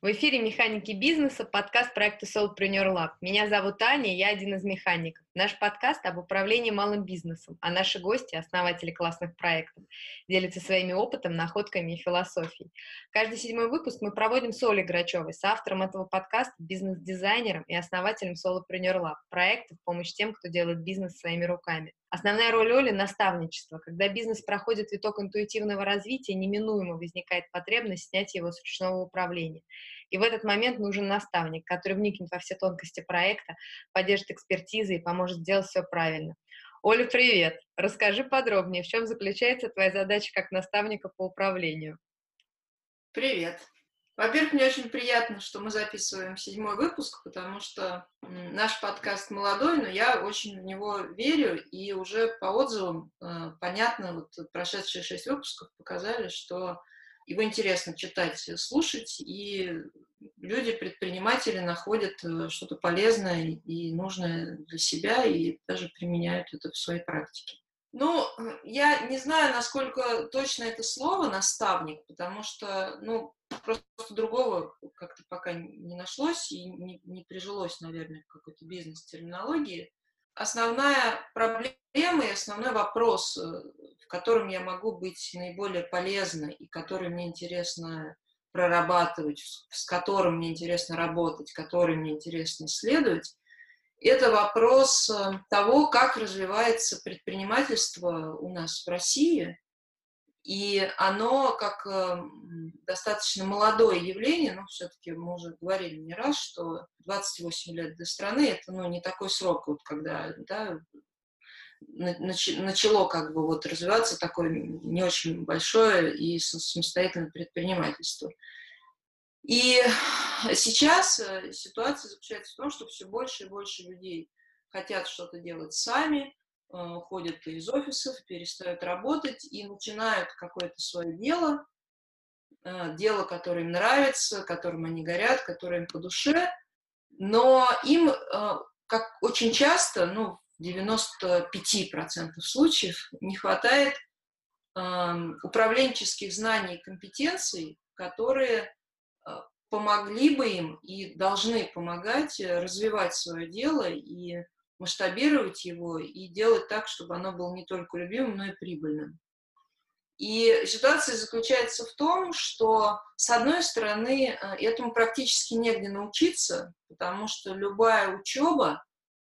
В эфире «Механики бизнеса», подкаст проекта Solopreneur Lab. Меня зовут Аня, я один из механиков. Наш подкаст об управлении малым бизнесом, а наши гости, основатели классных проектов, делятся своими опытом, находками и философией. Каждый седьмой выпуск мы проводим с Олей Грачевой, с автором этого подкаста, бизнес-дизайнером и основателем Solopreneur Lab, проекта в помощь тем, кто делает бизнес своими руками. Основная роль Оли – наставничество. Когда бизнес проходит виток интуитивного развития, неминуемо возникает потребность снять его с ручного управления. И в этот момент нужен наставник, который вникнет во все тонкости проекта, поддержит экспертизой и поможет сделать все правильно. Оля, привет! Расскажи подробнее, в чем заключается твоя задача как наставника по управлению? Привет. Во-первых, мне очень приятно, что мы записываем седьмой выпуск, потому что наш подкаст молодой, но я очень в него верю, и уже по отзывам понятно, вот прошедшие 6 выпусков показали, что его интересно читать, слушать, и люди, предприниматели находят что-то полезное и нужное для себя, и даже применяют это в своей практике. Ну, я не знаю, насколько точно это слово «наставник», потому что, просто другого как-то пока не нашлось и не прижилось, наверное, в какой-то бизнес-терминологии. Основная проблема и основной вопрос, в котором я могу быть наиболее полезной и который мне интересно прорабатывать, с которым мне интересно работать, который мне интересно исследовать, это вопрос того, как развивается предпринимательство у нас в России. И оно, как достаточно молодое явление, но все-таки мы уже говорили не раз, что 28 лет для страны – это не такой срок, вот, когда начало как бы развиваться такое не очень большое и самостоятельное предпринимательство. И сейчас ситуация заключается в том, что все больше и больше людей хотят что-то делать сами, ходят из офисов, перестают работать и начинают какое-то свое дело, дело, которое им нравится, которым они горят, которое им по душе, но им, как очень часто, в 95% случаев, не хватает управленческих знаний и компетенций, которые помогли бы им и должны помогать развивать свое дело и масштабировать его, и делать так, чтобы оно было не только любимым, но и прибыльным. И ситуация заключается в том, что, с одной стороны, этому практически негде научиться, потому что любая учеба,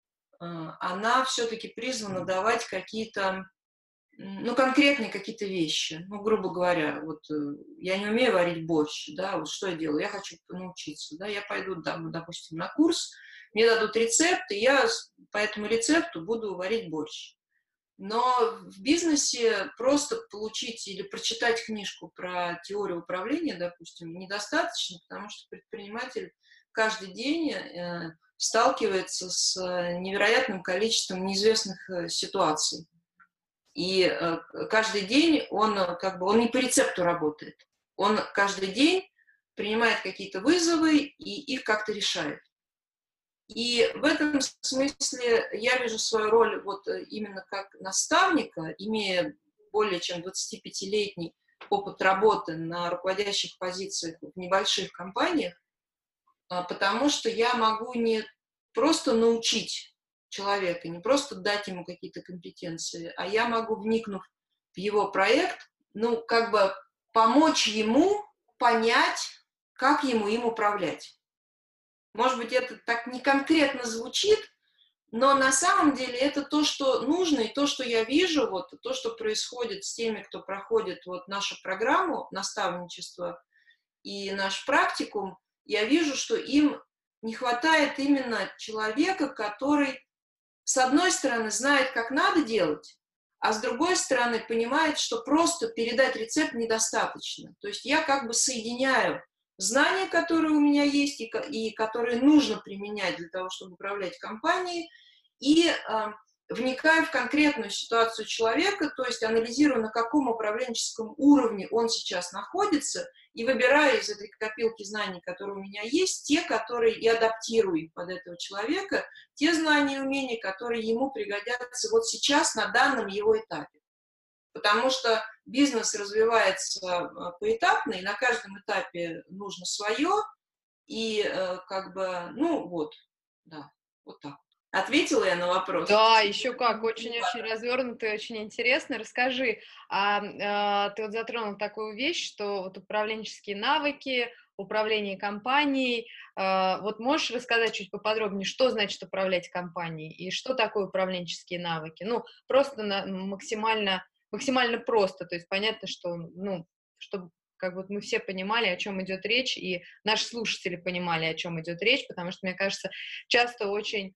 она все-таки призвана давать какие-то конкретные какие-то вещи. Грубо говоря, я не умею варить борщ, да, вот что я делаю? Я хочу научиться, да, я пойду, допустим, на курс, мне дадут рецепт, и я по этому рецепту буду варить борщ. Но в бизнесе просто получить или прочитать книжку про теорию управления, допустим, недостаточно, потому что предприниматель каждый день сталкивается с невероятным количеством неизвестных ситуаций. И каждый день он не по рецепту работает. Он каждый день принимает какие-то вызовы и их как-то решает. И в этом смысле я вижу свою роль именно как наставника, имея более чем 25-летний опыт работы на руководящих позициях в небольших компаниях, потому что я могу не просто научить человека, не просто дать ему какие-то компетенции, а я могу, вникнув в его проект, помочь ему понять, как ему им управлять. Может быть, это так не конкретно звучит, но на самом деле это то, что нужно, и то, что я вижу, то, что происходит с теми, кто проходит нашу программу наставничества и наш практикум, я вижу, что им не хватает именно человека, который, с одной стороны, знает, как надо делать, а с другой стороны, понимает, что просто передать рецепт недостаточно. То есть я соединяю знания, которые у меня есть и которые нужно применять для того, чтобы управлять компанией, и вникаю в конкретную ситуацию человека, то есть анализирую, на каком управленческом уровне он сейчас находится, и выбираю из этой копилки знаний, которые у меня есть, те, которые и адаптирую под этого человека, те знания и умения, которые ему пригодятся сейчас на данном его этапе. Потому что бизнес развивается поэтапно, и на каждом этапе нужно свое, И как бы, ну вот, да, вот так. Ответила я на вопрос? Да, еще как, очень-очень развернуто и очень интересно. Расскажи, ты вот затронул такую вещь, что вот управленческие навыки, управление компанией. Вот можешь рассказать чуть поподробнее, что значит управлять компанией и что такое управленческие навыки? Ну, просто максимально просто, то есть понятно, что, ну, чтобы как бы мы все понимали, о чем идет речь, и наши слушатели понимали, о чем идет речь, потому что, мне кажется, часто очень,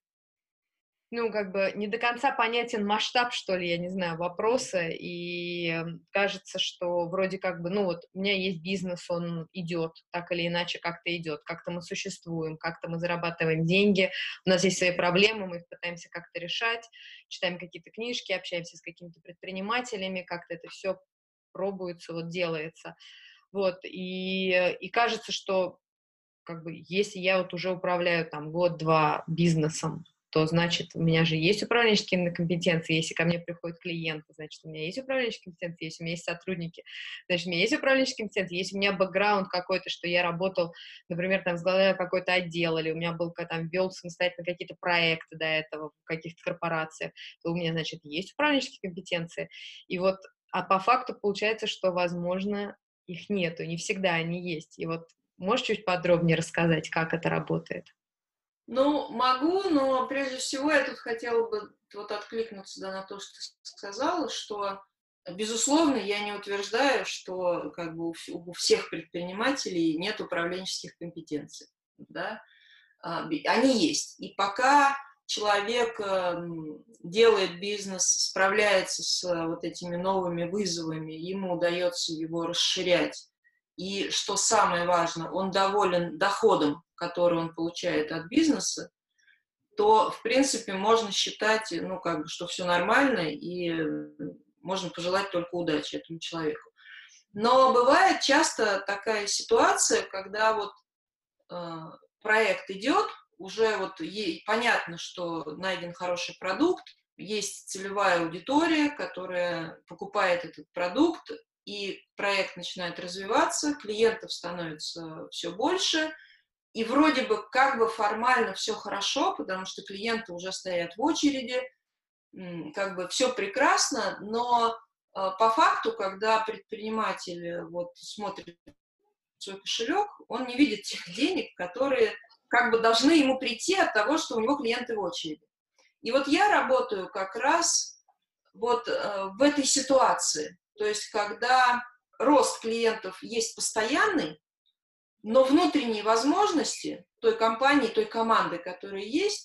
ну, как бы не до конца понятен масштаб, что ли, я не знаю, вопроса, и кажется, что вроде как бы, ну, вот у меня есть бизнес, он идет, так или иначе как-то идет, как-то мы существуем, как-то мы зарабатываем деньги, у нас есть свои проблемы, мы их пытаемся как-то решать, читаем какие-то книжки, общаемся с какими-то предпринимателями, как-то это все пробуется, вот делается, вот, и кажется, что как бы, если я вот уже управляю там год-два бизнесом, то значит, у меня же есть управленческие компетенции. Если ко мне приходят клиенты, значит, у меня есть управленческие компетенции. Если у меня есть сотрудники, значит, у меня есть управленческие компетенции. Если у меня бэкграунд какой-то, что я работал, например, там, возглавляя какой-то отдел, или у меня был, там, вел самостоятельно какие-то проекты до этого в каких-то корпорациях, то у меня, значит, есть управленческие компетенции. И вот, а по факту получается, что, возможно, их нету, не всегда они есть. И вот можешь чуть подробнее рассказать, как это работает? Ну, могу, но прежде всего я тут хотела бы вот откликнуться, да, на то, что ты сказала, что, безусловно, я не утверждаю, что как бы у всех предпринимателей нет управленческих компетенций, да, они есть. И пока человек делает бизнес, справляется с вот этими новыми вызовами, ему удается его расширять, и, что самое важное, он доволен доходом, который он получает от бизнеса, то, в принципе, можно считать, ну, как бы, что все нормально, и можно пожелать только удачи этому человеку. Но бывает часто такая ситуация, когда вот проект идет, уже вот ей понятно, что найден хороший продукт, есть целевая аудитория, которая покупает этот продукт, и проект начинает развиваться, клиентов становится все больше, и вроде бы как бы формально все хорошо, потому что клиенты уже стоят в очереди, как бы все прекрасно, но по факту, когда предприниматель вот смотрит свой кошелек, он не видит тех денег, которые как бы должны ему прийти от того, что у него клиенты в очереди. И вот я работаю как раз вот в этой ситуации, то есть когда рост клиентов есть постоянный, но внутренние возможности той компании, той команды, которая есть,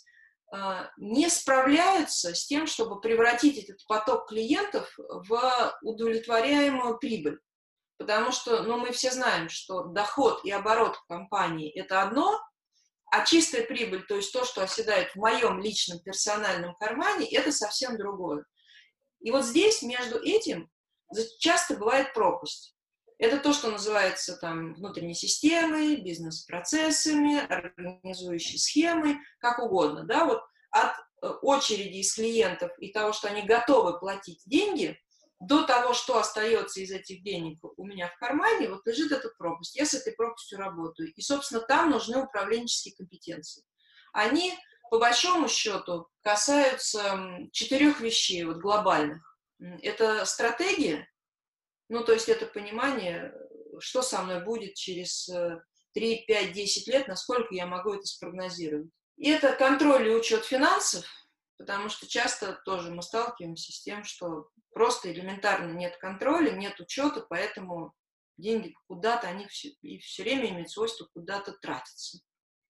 не справляются с тем, чтобы превратить этот поток клиентов в удовлетворяемую прибыль. Потому что, ну, мы все знаем, что доход и оборот компании – это одно, а чистая прибыль, то есть то, что оседает в моем личном персональном кармане, это совсем другое. И вот здесь между этим часто бывает пропасть. Это то, что называется там внутренней системой, бизнес-процессами, организующей схемой, как угодно. Да? Вот от очереди из клиентов и того, что они готовы платить деньги, до того, что остается из этих денег у меня в кармане, вот лежит эта пропасть. Я с этой пропастью работаю. И, собственно, там нужны управленческие компетенции. Они, по большому счету, касаются 4 вещей вот, глобальных. Это стратегия, ну, то есть это понимание, что со мной будет через 3, 5, 10 лет, насколько я могу это спрогнозировать. И это контроль и учет финансов, потому что часто тоже мы сталкиваемся с тем, что просто элементарно нет контроля, нет учета, поэтому деньги куда-то, они все время имеют свойство куда-то тратиться.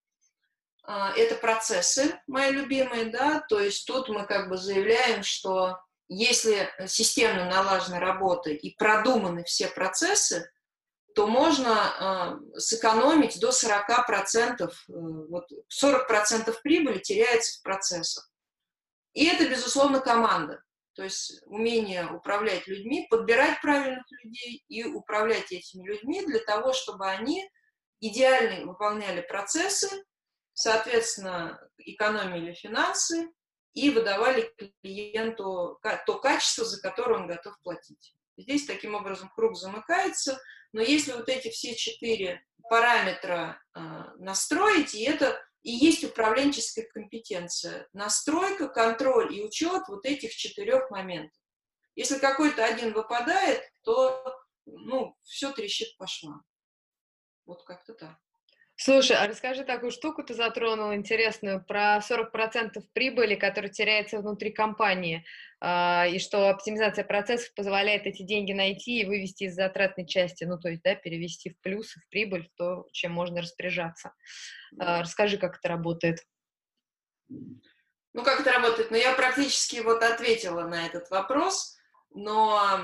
Это процессы, мои любимые, да, то есть тут мы как бы заявляем, что если системно налажена работа и продуманы все процессы, то можно сэкономить до 40%, вот 40% прибыли теряется в процессах. И это, безусловно, команда. То есть умение управлять людьми, подбирать правильных людей и управлять этими людьми для того, чтобы они идеально выполняли процессы, соответственно, экономили финансы и выдавали клиенту то качество, за которое он готов платить. Здесь таким образом круг замыкается, но если вот эти все 4 параметра настроить, и это и есть управленческая компетенция, настройка, контроль и учет вот этих 4 моментов. Если какой-то один выпадает, то, все трещит по швам. Вот как-то так. Слушай, а расскажи такую штуку, ты затронул интересную, про 40% прибыли, которая теряется внутри компании, и что оптимизация процессов позволяет эти деньги найти и вывести из затратной части, то есть, да, перевести в плюс, в прибыль, в то, чем можно распоряжаться. Расскажи, как это работает. Как это работает? Я практически ответила на этот вопрос, но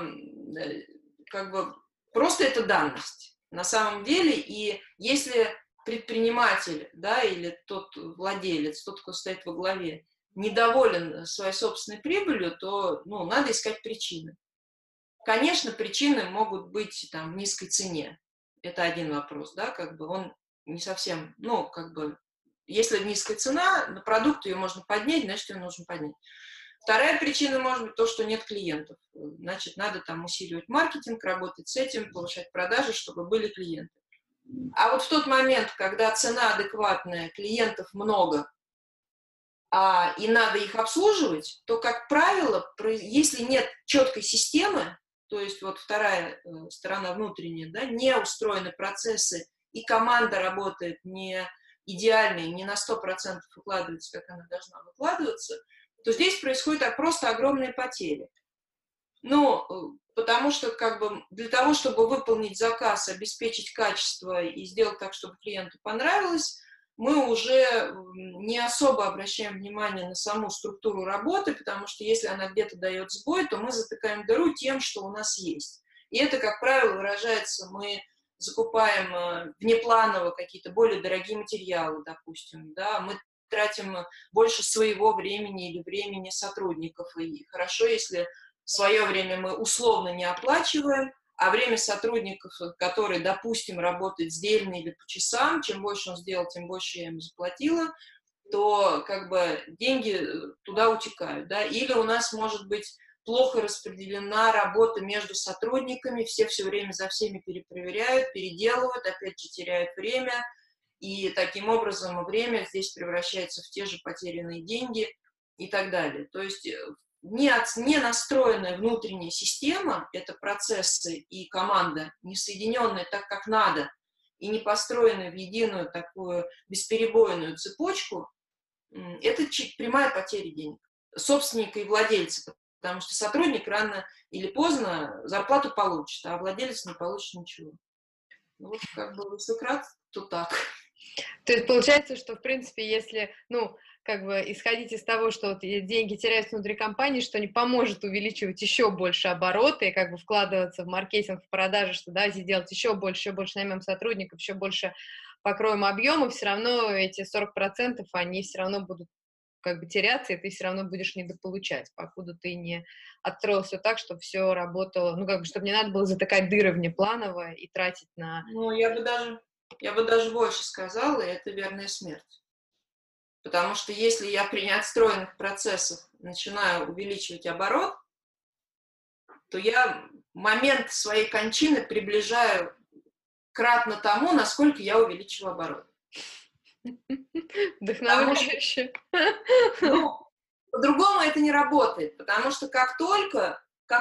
просто это данность на самом деле, и если предприниматель, да, или тот владелец, тот, кто стоит во главе, недоволен своей собственной прибылью, то, надо искать причины. Конечно, причины могут быть в низкой цене. Это один вопрос, да, он не совсем, если низкая цена, на продукт ее можно поднять, значит, ее нужно поднять. Вторая причина может быть то, что нет клиентов. Значит, надо усиливать маркетинг, работать с этим, повышать продажи, чтобы были клиенты. А вот в тот момент, когда цена адекватная, клиентов много, и надо их обслуживать, то, как правило, если нет четкой системы, то есть вторая сторона внутренняя, да, не устроены процессы, и команда работает не идеально, и не на 100% выкладывается, как она должна выкладываться, то здесь происходят просто огромные потери. Потому что для того, чтобы выполнить заказ, обеспечить качество и сделать так, чтобы клиенту понравилось, мы уже не особо обращаем внимание на саму структуру работы, потому что если она где-то дает сбой, то мы затыкаем дыру тем, что у нас есть. И это, как правило, выражается, мы закупаем внепланово какие-то более дорогие материалы, допустим, да, мы тратим больше своего времени или времени сотрудников, и хорошо, если в свое время мы условно не оплачиваем, а время сотрудников, которые, допустим, работают сдельно или по часам, чем больше он сделал, тем больше я ему заплатила, то деньги туда утекают, да, или у нас может быть плохо распределена работа между сотрудниками, все время за всеми перепроверяют, переделывают, опять же теряют время, и таким образом время здесь превращается в те же потерянные деньги и так далее. То есть не настроенная внутренняя система, это процессы и команда, не соединенные так, как надо, и не построенные в единую такую бесперебойную цепочку, это прямая потеря денег собственника и владельца, потому что сотрудник рано или поздно зарплату получит, а владелец не получит ничего. Если кратко, то так. То есть получается, что, в принципе, если, исходить из того, что деньги теряются внутри компании, что не поможет увеличивать еще больше обороты и вкладываться в маркетинг, в продажи, что давайте делать еще больше наймем сотрудников, еще больше покроем объемы, все равно эти 40%, они все равно будут теряться, и ты все равно будешь недополучать, покуда ты не отстроил все так, чтобы все работало, чтобы не надо было затыкать дыры внепланово и тратить на... Я бы даже больше сказала, и это верная смерть. Потому что если я при неотстроенных процессах начинаю увеличивать оборот, то я момент своей кончины приближаю кратно тому, насколько я увеличила оборот. Вдохновляюще. По-другому это не работает, потому что как только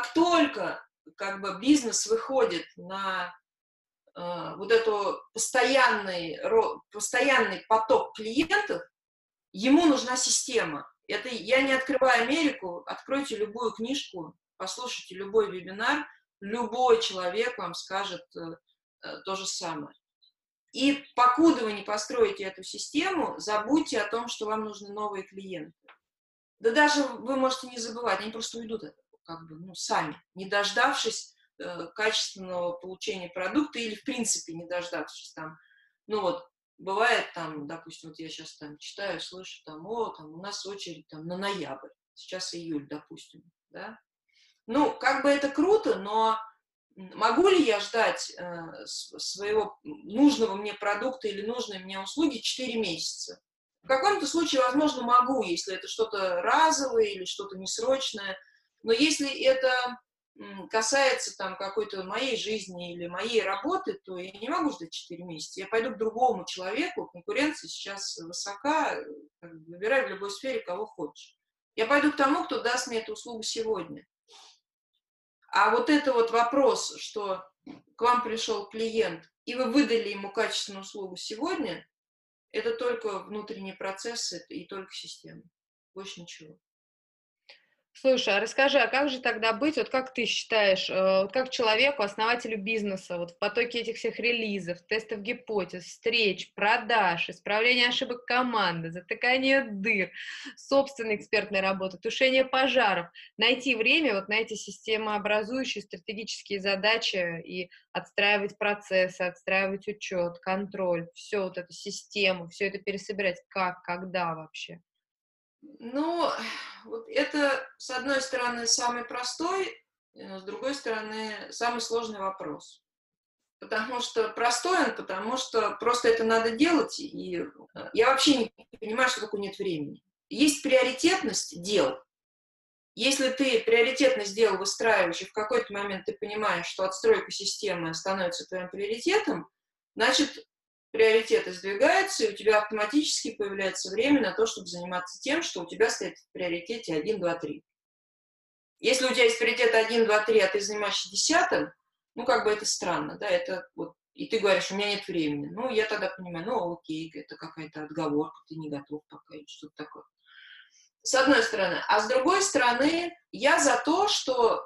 бизнес выходит на эту постоянный поток клиентов, ему нужна система. Это я не открываю Америку, откройте любую книжку, послушайте любой вебинар, любой человек вам скажет то же самое. И покуда вы не построите эту систему, забудьте о том, что вам нужны новые клиенты. Да даже вы можете не забывать, они просто уйдут сами, не дождавшись качественного получения продукта или, в принципе, не дождавшись бывает допустим, я сейчас читаю, слышу, у нас очередь на ноябрь, сейчас июль, допустим, да. Это круто, но могу ли я ждать своего нужного мне продукта или нужной мне услуги 4 месяца? В каком-то случае, возможно, могу, если это что-то разовое или что-то несрочное, но если это касается там какой-то моей жизни или моей работы, то я не могу ждать 4 месяца. Я пойду к другому человеку, конкуренция сейчас высока, выбирай в любой сфере, кого хочешь. Я пойду к тому, кто даст мне эту услугу сегодня. А вот это вот вопрос, что к вам пришел клиент, и вы выдали ему качественную услугу сегодня, это только внутренние процессы и только система. Больше ничего. Слушай, а расскажи, а как же тогда быть, вот как ты считаешь, вот как человеку, основателю бизнеса, вот в потоке этих всех релизов, тестов гипотез, встреч, продаж, исправления ошибок команды, затыкания дыр, собственной экспертной работы, тушения пожаров, найти время вот на эти системообразующие стратегические задачи и отстраивать процессы, отстраивать учет, контроль, все вот эту систему, все это пересобирать, как, когда вообще? Ну, вот это, с одной стороны, самый простой, с другой стороны, самый сложный вопрос. Потому что простой он, потому что просто это надо делать, и я вообще не понимаю, что такое нет времени. Есть приоритетность дел. Если ты приоритетность дел выстраиваешь, и в какой-то момент ты понимаешь, что отстройка системы становится твоим приоритетом, значит, приоритеты сдвигаются, и у тебя автоматически появляется время на то, чтобы заниматься тем, что у тебя стоит в приоритете 1, 2, 3. Если у тебя есть приоритет 1, 2, 3, а ты занимаешься 10, ну, как бы это странно, да, это вот, и ты говоришь, у меня нет времени. Ну, я тогда понимаю, ну, окей, это какая-то отговорка, ты не готов пока, или что-то такое. С одной стороны. А с другой стороны, я за то, что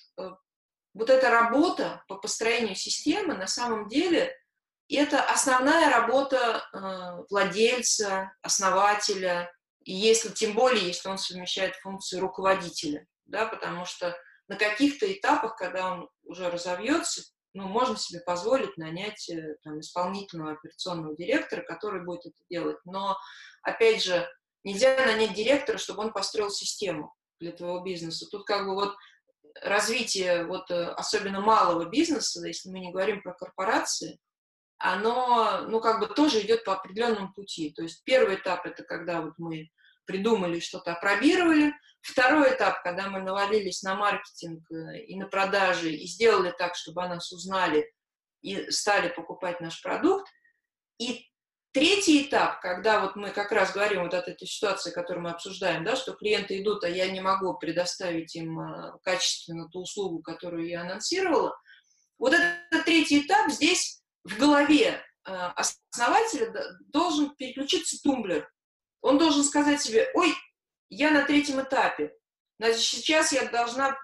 вот эта работа по построению системы на самом деле это основная работа владельца, основателя, и если, тем более, если он совмещает функции руководителя, да, потому что на каких-то этапах, когда он уже разовьется, ну, можно себе позволить нанять там, исполнительного операционного директора, который будет это делать. Но, опять же, нельзя нанять директора, чтобы он построил систему для твоего бизнеса. Тут как бы вот развитие вот особенно малого бизнеса, если мы не говорим про корпорации, оно, ну, как бы тоже идет по определенному пути. То есть первый этап — это когда вот мы придумали, что-то опробировали. Второй этап, когда мы навалились на маркетинг и на продажи, и сделали так, чтобы о нас узнали и стали покупать наш продукт. И третий этап, когда вот мы как раз говорим вот от этой ситуации, которую мы обсуждаем, да, что клиенты идут, а я не могу предоставить им качественно ту услугу, которую я анонсировала. Вот этот третий этап здесь в голове основателя должен переключиться тумблер. Он должен сказать себе, ой, я на третьем этапе, значит, сейчас я должна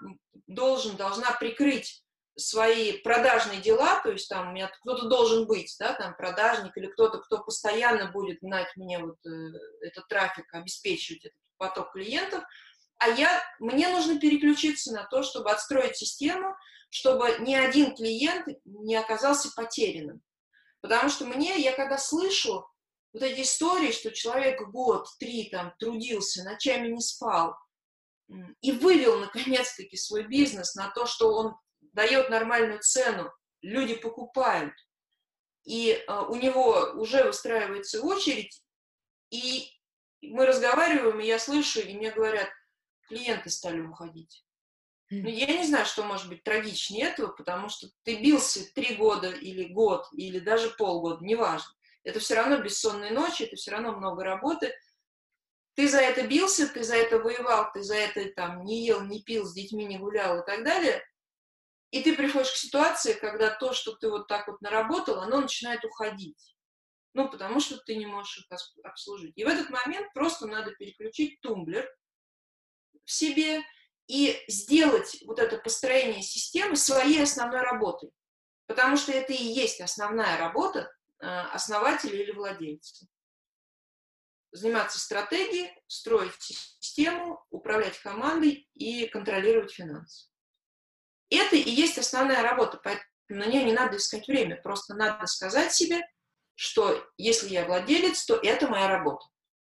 прикрыть свои продажные дела, то есть там у меня кто-то должен быть, да, там продажник или кто-то, кто постоянно будет гнать мне вот этот трафик, обеспечивать этот поток клиентов, а мне нужно переключиться на то, чтобы отстроить систему, чтобы ни один клиент не оказался потерянным. Потому что я когда слышу вот эти истории, что человек год, 3 там трудился, ночами не спал, и вывел, наконец-таки, свой бизнес на то, что он дает нормальную цену, люди покупают, и у него уже выстраивается очередь, и мы разговариваем, и я слышу, и мне говорят, клиенты стали уходить. Ну, я не знаю, что может быть трагичнее этого, потому что ты бился 3 года или год, или даже полгода, неважно. Это все равно бессонные ночи, это все равно много работы. Ты за это бился, ты за это воевал, ты за это там не ел, не пил, с детьми не гулял и так далее. И ты приходишь к ситуации, когда то, что ты вот так вот наработал, оно начинает уходить. Ну, потому что ты не можешь их обслужить. И в этот момент просто надо переключить тумблер в себе и сделать вот это построение системы своей основной работой. Потому что это и есть основная работа основателя или владельца. Заниматься стратегией, строить систему, управлять командой и контролировать финансы. Это и есть основная работа, поэтому на нее не надо искать время. Просто надо сказать себе, что если я владелец, то это моя работа.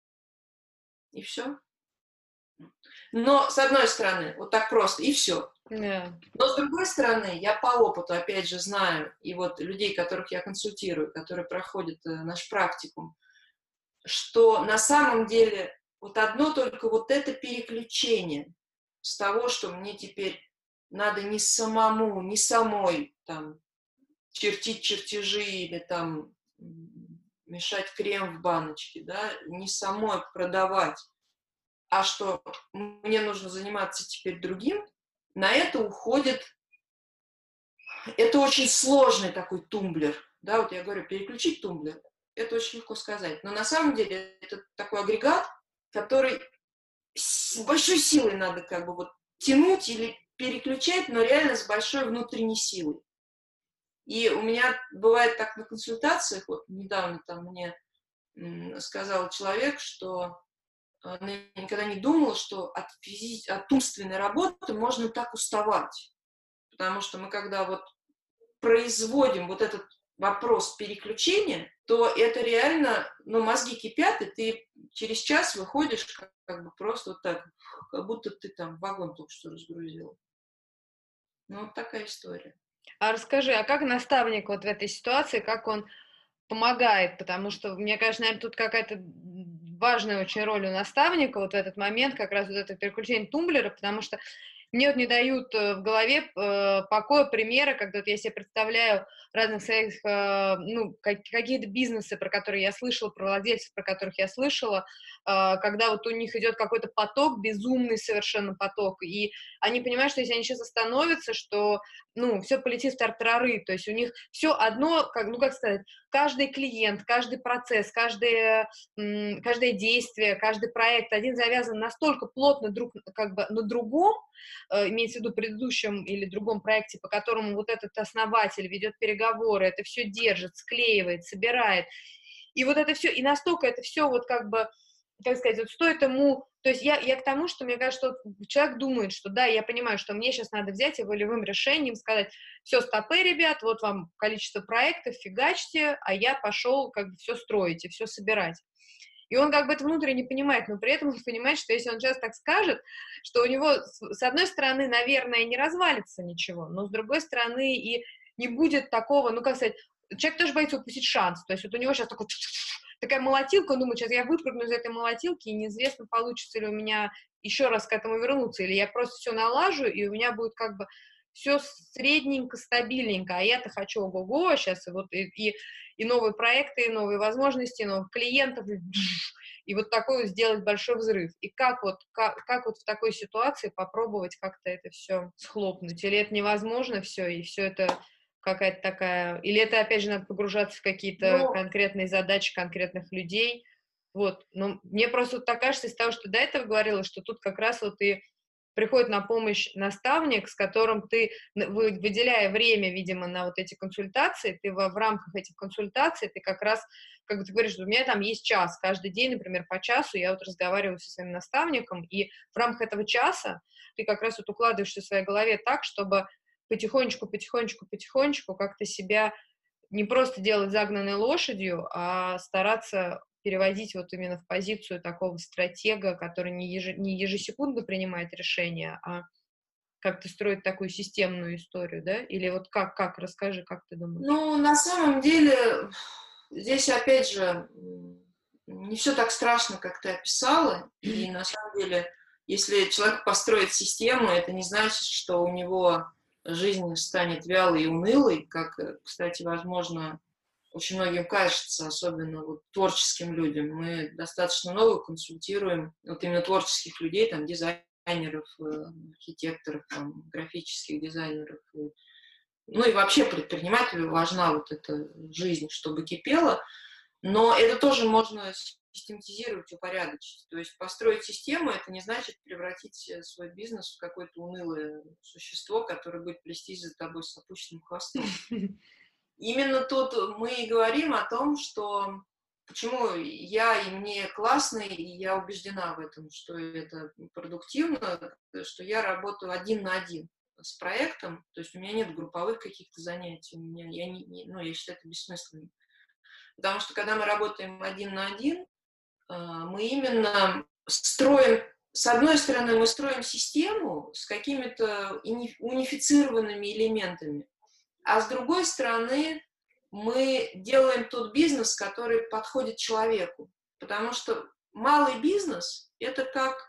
И все. Но, с одной стороны, вот так просто, и все. Yeah. Но, с другой стороны, я по опыту, опять же, знаю, и вот людей, которых я консультирую, которые проходят наш практикум, что на самом деле вот одно только вот это переключение с того, что мне теперь надо не самому, не самой там чертить чертежи или там мешать крем в баночке, да, не самой продавать, а что мне нужно заниматься теперь другим, на это уходит, это очень сложный такой тумблер, да, вот я говорю, переключить тумблер, это очень легко сказать, но на самом деле это такой агрегат, который с большой силой надо как бы вот тянуть или переключать, но реально с большой внутренней силой. И у меня бывает так на консультациях, вот недавно там мне сказал человек, что она никогда не думала, что от умственной работы можно так уставать. Потому что мы когда вот производим вот этот вопрос переключения, то это реально, ну, мозги кипят, и ты через час выходишь как бы просто вот так, как будто ты там вагон только что разгрузил. Ну, вот такая история. А расскажи, а как наставник вот в этой ситуации, как он помогает? Потому что, мне кажется, наверное, тут какая-то важная очень роль у наставника вот в этот момент, как раз вот это переключение тумблера, потому что мне вот не дают в голове покоя примеры, когда вот я себе представляю разных своих, ну, какие-то бизнесы, про которые я слышала, про владельцев, про которых я слышала, когда вот у них идет какой-то поток, безумный совершенно поток, и они понимают, что если они сейчас остановятся, что, ну, все полетит в тартарары, то есть у них все одно, как, ну, как сказать, каждый клиент, каждый процесс, каждое действие, каждый проект, один завязан настолько плотно друг как бы на другом, имеется в виду предыдущем или другом проекте, по которому вот этот основатель ведет переговоры, это все держит, склеивает, собирает. И вот это все, и настолько это все вот как бы, как сказать, вот стоит ему, то есть я к тому, что мне кажется, что вот человек думает, что да, я понимаю, что мне сейчас надо взять и волевым решением сказать, все, стопы, ребят, вот вам количество проектов, фигачьте, а я пошел как бы все строить и все собирать. И он как бы это внутренне понимает, но при этом он понимает, что если он сейчас так скажет, что у него, с одной стороны, наверное, не развалится ничего, но с другой стороны и не будет такого, ну, как сказать, человек тоже боится упустить шанс, то есть вот у него сейчас такой такая молотилка, он думает, сейчас я выпрыгну из этой молотилки, и неизвестно, получится ли у меня еще раз к этому вернуться, или я просто все налажу, и у меня будет как бы все средненько, стабильненько, а я-то хочу ого-го сейчас, и вот и новые проекты, и новые возможности, и новых клиентов, и вот такой вот сделать большой взрыв. И как вот в такой ситуации попробовать как-то это все схлопнуть? Или это невозможно все, и все это какая-то такая... Или это, опять же, надо погружаться в какие-то Но конкретные задачи конкретных людей? Вот. Но мне просто вот так кажется из того, что до этого говорила, что тут как раз вот и приходит на помощь наставник, с которым ты, выделяя время, видимо, на вот эти консультации, ты в рамках этих консультаций, ты как раз, как ты говоришь, у меня там есть час, каждый день, например, по часу я вот разговариваю со своим наставником, и в рамках этого часа ты как раз вот укладываешься в своей голове так, чтобы потихонечку, потихонечку, потихонечку как-то себя не просто делать загнанной лошадью, а стараться переводить вот именно в позицию такого стратега, который не ежесекундно принимает решения, а как-то строит такую системную историю, да? Или вот как? Расскажи, как ты думаешь? Ну, на самом деле, здесь, опять же, не все так страшно, как ты описала. И на самом деле, если человек построит систему, это не значит, что у него жизнь станет вялой и унылой, как, кстати, возможно, очень многим кажется, особенно вот творческим людям. Мы достаточно много консультируем вот именно творческих людей, там, дизайнеров, архитекторов, там, графических дизайнеров, ну и вообще предпринимателю важна вот эта жизнь, чтобы кипела, но это тоже можно систематизировать, упорядочить. То есть построить систему — это не значит превратить свой бизнес в какое-то унылое существо, которое будет плестись за тобой с опущенным хвостом. Именно тут мы и говорим о том, что почему я и мне классно, и я убеждена в этом, что это продуктивно, что я работаю один на один с проектом, то есть у меня нет групповых каких-то занятий, у меня, ну, я считаю это бессмысленным. Потому что когда мы работаем один на один, мы именно строим, с одной стороны, мы строим систему с какими-то унифицированными элементами, а с другой стороны, мы делаем тот бизнес, который подходит человеку. Потому что малый бизнес – это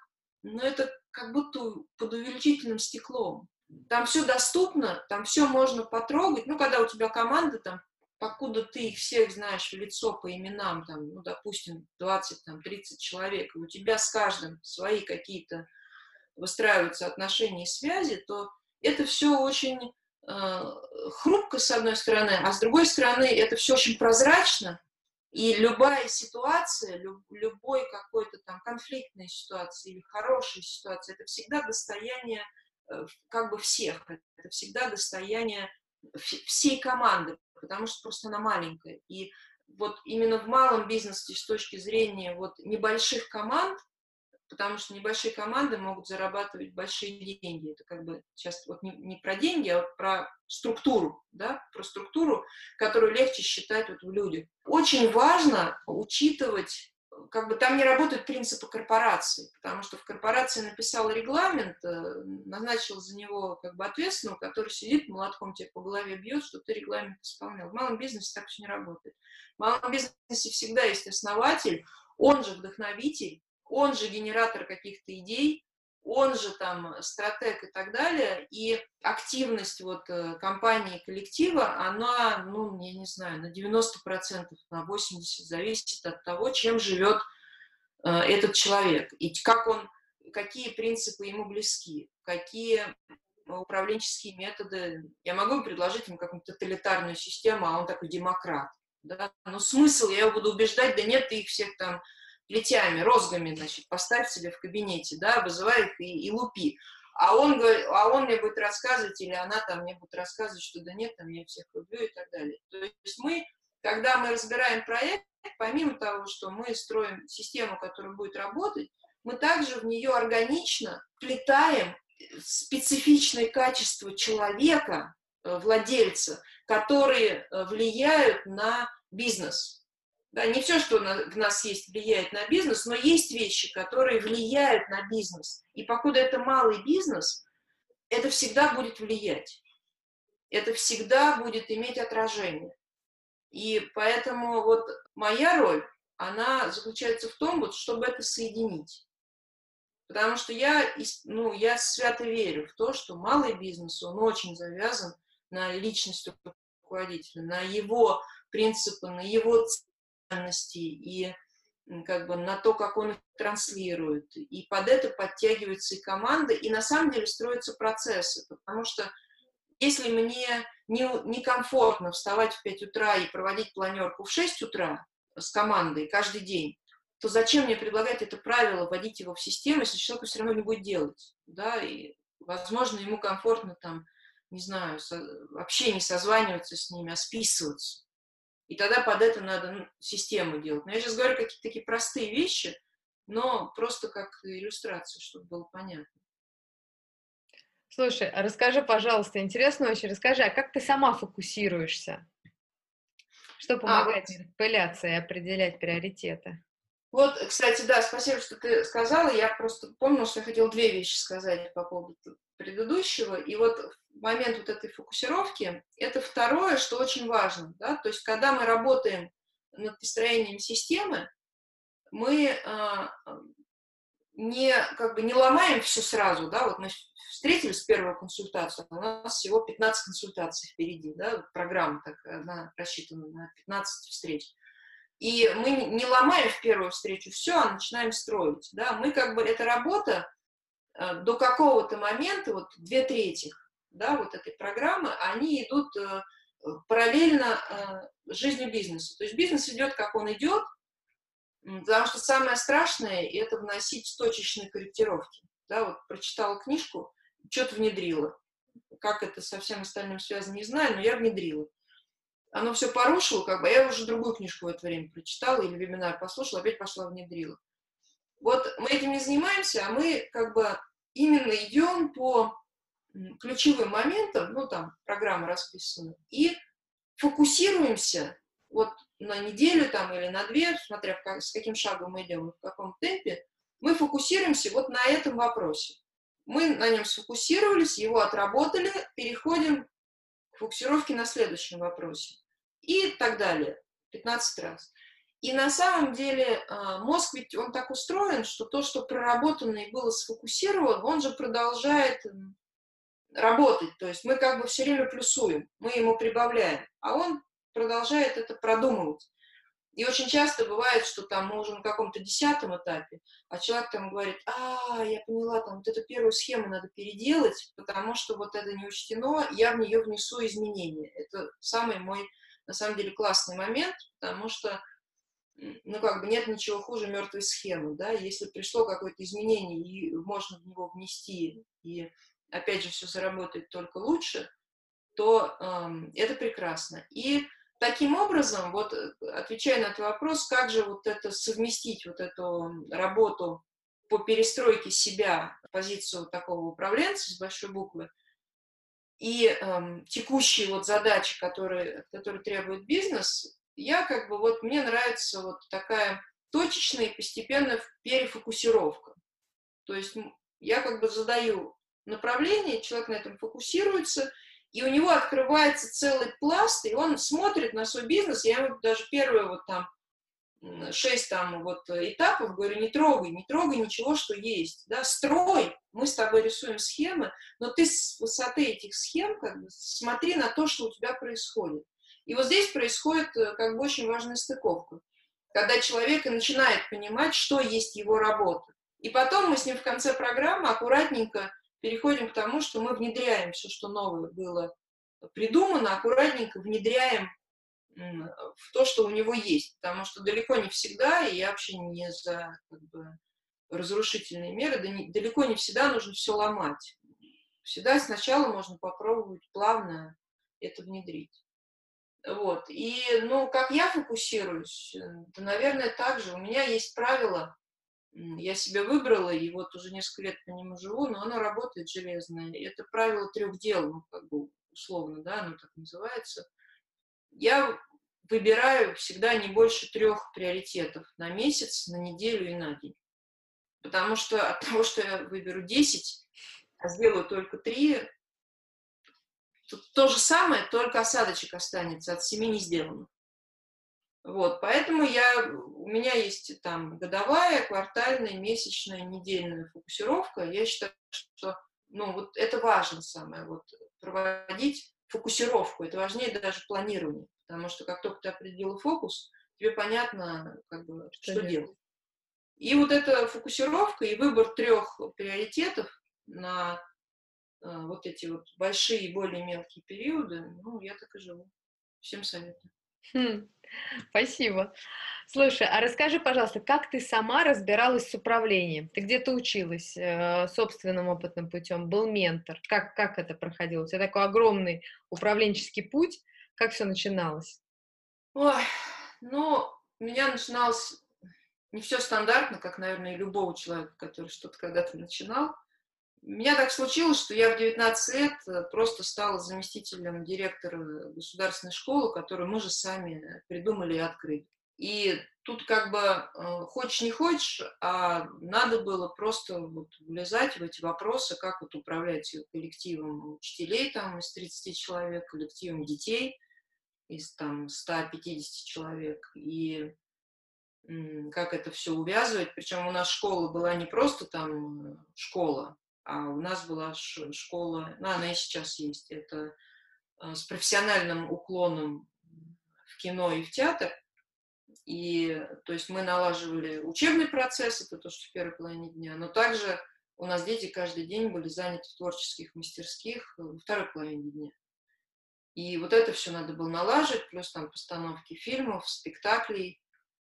это как будто под увеличительным стеклом. Там все доступно, там все можно потрогать. Ну, когда у тебя команда, там, покуда ты их всех знаешь в лицо по именам, там, ну, допустим, 20, там, 30 человек, и у тебя с каждым свои какие-то выстраиваются отношения и связи, то это все очень хрупко, с одной стороны, а с другой стороны, это все очень прозрачно, и любая ситуация, любой какой-то там конфликтной ситуации или хорошей ситуации, это всегда достояние как бы всех, это всегда достояние всей команды, потому что просто она маленькая. И вот именно в малом бизнесе с точки зрения вот небольших команд, потому что небольшие команды могут зарабатывать большие деньги. Это как бы сейчас вот не про деньги, а вот про структуру, да, про структуру, которую легче считать вот в людях. Очень важно учитывать, как бы там не работают принципы корпорации, потому что в корпорации написал регламент, назначил за него как бы ответственного, который сидит, молотком тебе по голове бьет, что ты регламент исполнял. В малом бизнесе так все не работает. В малом бизнесе всегда есть основатель, он же вдохновитель, он же генератор каких-то идей, он же там стратег и так далее, и активность вот компании, коллектива, она, ну, я не знаю, на 90%, на 80% зависит от того, чем живет этот человек, и какие принципы ему близки, какие управленческие методы. Я могу предложить ему какую-то тоталитарную систему, а он такой демократ. Да? Но смысл, я его буду убеждать, да нет, ты их всех там плетями, розгами, значит, поставь себе в кабинете, да, вызывай их и лупи. А он мне будет рассказывать, или она там мне будет рассказывать, что да нет, там я всех люблю и так далее. То есть когда мы разбираем проект, помимо того, что мы строим систему, которая будет работать, мы также в нее органично вплетаем специфичные качества человека, владельца, которые влияют на бизнес. Да, не все, что в нас есть, влияет на бизнес, но есть вещи, которые влияют на бизнес. И покуда это малый бизнес, это всегда будет влиять. Это всегда будет иметь отражение. И поэтому вот моя роль, она заключается в том, вот, чтобы это соединить. Потому что я свято верю в то, что малый бизнес, он очень завязан на личность руководителя, на его принципы, на его ценности и как бы на то, как он их транслирует. И под это подтягивается и команда, и на самом деле строятся процессы. Потому что если мне некомфортно вставать в 5 утра и проводить планерку в 6 утра с командой каждый день, то зачем мне предлагать это правило, вводить его в систему, если человек все равно не будет делать, да, и, возможно, ему комфортно там, не знаю, вообще не созваниваться с ними, а списываться. И тогда под это надо систему делать. Но я сейчас говорю какие-то такие простые вещи, но просто как иллюстрация, чтобы было понятно. Слушай, а расскажи, пожалуйста, интересно очень, расскажи, а как ты сама фокусируешься? Что помогает не распыляться и определять приоритеты? Вот, кстати, да, спасибо, что ты сказала. Я просто помнила, что я хотела две вещи сказать по поводу предыдущего. И вот момент вот этой фокусировки, это второе, что очень важно. Да? То есть, когда мы работаем над построением системы, мы не ломаем все сразу. Да? Вот мы встретились с первой консультацией, у нас всего 15 консультаций впереди. Да? Программа так, она рассчитана на 15 встреч. И мы не ломаем в первую встречу все, а начинаем строить. Да? Мы как бы, эта работа до какого-то момента, вот 2/3, да, вот этой программы, они идут параллельно жизни бизнеса. То есть бизнес идет, как он идет, потому что самое страшное – это вносить точечные корректировки. Да? Вот прочитала книжку, что-то внедрила. Как это со всем остальным связано, не знаю, но я внедрила. Оно все порушило, как бы, я уже другую книжку в это время прочитала или вебинар послушала, опять пошла внедрила. Вот мы этим не занимаемся, а мы как бы именно идем по ключевым моментам, ну там программа расписана, и фокусируемся вот на неделю там или на 2, смотря с каким шагом мы идем, в каком темпе, мы фокусируемся вот на этом вопросе. Мы на нем сфокусировались, его отработали, переходим к фокусировке на следующем вопросе. И так далее. 15 раз. И на самом деле мозг ведь он так устроен, что то, что проработано и было сфокусировано, он же продолжает работать. То есть мы как бы все время плюсуем, мы ему прибавляем, а он продолжает это продумывать. И очень часто бывает, что там мы уже на каком-то 10-м этапе, а человек там говорит: я поняла, там вот эту первую схему надо переделать, потому что вот это не учтено, я в нее внесу изменения. Это самый мой, на самом деле, классный момент, потому что, ну, как бы нет ничего хуже мертвой схемы, да, если пришло какое-то изменение, и можно в него внести, и, опять же, все заработает только лучше, то это прекрасно. И таким образом, вот отвечая на твой вопрос, как же вот это совместить, вот эту работу по перестройке себя в позицию такого управленца с большой буквы и текущие вот задачи, которые требует бизнес, я как бы вот, мне нравится вот такая точечная и постепенная перефокусировка. То есть я как бы задаю направление, человек на этом фокусируется, и у него открывается целый пласт, и он смотрит на свой бизнес. Я ему даже первые вот там 6 там вот этапов говорю: не трогай ничего, что есть, да, строй, мы с тобой рисуем схемы, но ты с высоты этих схем как бы смотри на то, что у тебя происходит. И вот здесь происходит как бы очень важная стыковка, когда человек и начинает понимать, что есть его работа. И потом мы с ним в конце программы аккуратненько переходим к тому, что мы внедряем все, что новое было придумано, аккуратненько внедряем в то, что у него есть. Потому что далеко не всегда, и я вообще не за как бы разрушительные меры, далеко не всегда нужно все ломать. Всегда сначала можно попробовать плавно это внедрить. Вот. И, ну, как я фокусируюсь, да, наверное, так же. У меня есть правило, я себе выбрала, и вот уже несколько лет по нему живу, но оно работает железное. Это правило 3 дел, ну, как бы условно, да, оно так называется. Я выбираю всегда не больше 3 приоритетов на месяц, на неделю и на день. Потому что от того, что я выберу 10, а сделаю только 3, тут то же самое, только осадочек останется от 7 не сделанных. Вот, поэтому у меня есть там годовая, квартальная, месячная, недельная фокусировка. Я считаю, что, ну, вот это важно самое, вот, проводить фокусировку. Это важнее даже планирования, потому что как только ты определил фокус, тебе понятно, как бы, что делать. И вот эта фокусировка и выбор 3 приоритетов на вот эти вот большие и более мелкие периоды, ну, я так и живу. Всем советую. Спасибо. Слушай, а расскажи, пожалуйста, как ты сама разбиралась с управлением? Ты где-то училась собственным опытным путем, был ментор? Как это проходило? У тебя такой огромный управленческий путь. Как все начиналось? Ой, ну, у меня начиналось не все стандартно, как, наверное, и любого человека, который что-то когда-то начинал. У меня так случилось, что я в 19 лет просто стала заместителем директора государственной школы, которую мы же сами придумали и открыли. И тут как бы хочешь не хочешь, а надо было просто вот влезать в эти вопросы, как вот управлять коллективом учителей там из 30 человек, коллективом детей из там 150 человек, и как это все увязывать. Причем у нас школа была не просто там школа, а у нас была школа, ну, она и сейчас есть, это с профессиональным уклоном в кино и в театр. И, то есть, мы налаживали учебный процесс, это то, что в первой половине дня, но также у нас дети каждый день были заняты в творческих мастерских во второй половине дня. И вот это все надо было налаживать, плюс там постановки фильмов, спектаклей,